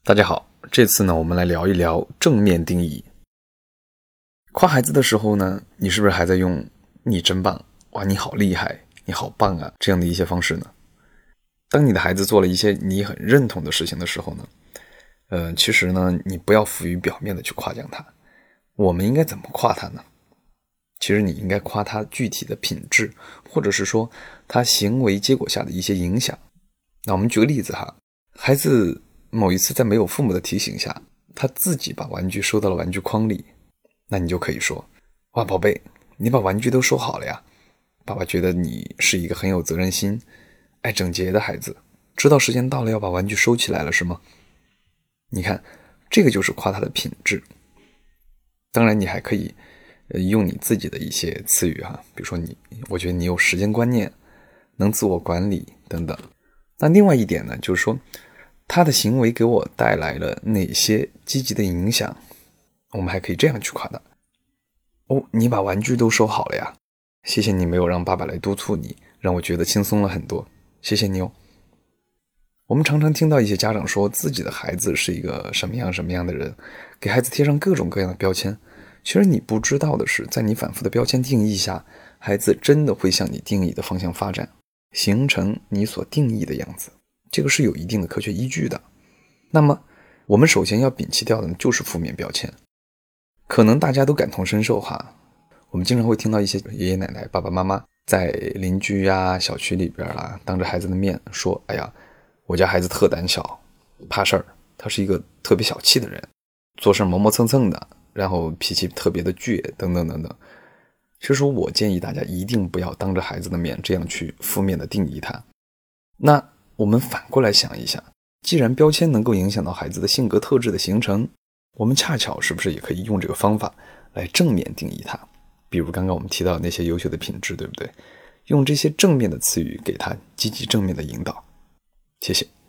大家好，这次呢，我们来聊一聊正面定义。夸孩子的时候呢，你是不是还在用你真棒，哇，你好厉害，你好棒啊，这样的一些方式呢？当你的孩子做了一些你很认同的事情的时候呢，其实呢，你不要浮于表面的去夸奖他。我们应该怎么夸他呢？其实你应该夸他具体的品质，或者是说他行为结果下的一些影响。那我们举个例子哈，孩子某一次在没有父母的提醒下，他自己把玩具收到了玩具筐里，那你就可以说，哇，宝贝，你把玩具都收好了呀，爸爸觉得你是一个很有责任心、爱整洁的孩子，知道时间到了要把玩具收起来了是吗？你看，这个就是夸他的品质。当然你还可以用你自己的一些词语哈，比如说我觉得你有时间观念，能自我管理等等。那另外一点呢，就是说他的行为给我带来了哪些积极的影响，我们还可以这样去夸他。哦，你把玩具都收好了呀，谢谢你没有让爸爸来督促你，让我觉得轻松了很多，谢谢你哦。我们常常听到一些家长说自己的孩子是一个什么样的人，给孩子贴上各种各样的标签。其实你不知道的是，在你反复的标签定义下，孩子真的会向你定义的方向发展，形成你所定义的样子，这个是有一定的科学依据的。那么我们首先要摒弃掉的就是负面标签。可能大家都感同身受哈，我们经常会听到一些爷爷奶奶、爸爸妈妈在邻居呀、小区里边啦，当着孩子的面说，哎呀，我家孩子特胆小，怕事儿，他是一个特别小气的人，做事磨磨蹭蹭的，然后脾气特别的倔，等等等等。其实我建议大家一定不要当着孩子的面这样去负面的定义他。那我们反过来想一下，既然标签能够影响到孩子的性格特质的形成，我们恰巧是不是也可以用这个方法来正面定义他？比如刚刚我们提到那些优秀的品质，对不对？用这些正面的词语给他积极正面的引导。谢谢。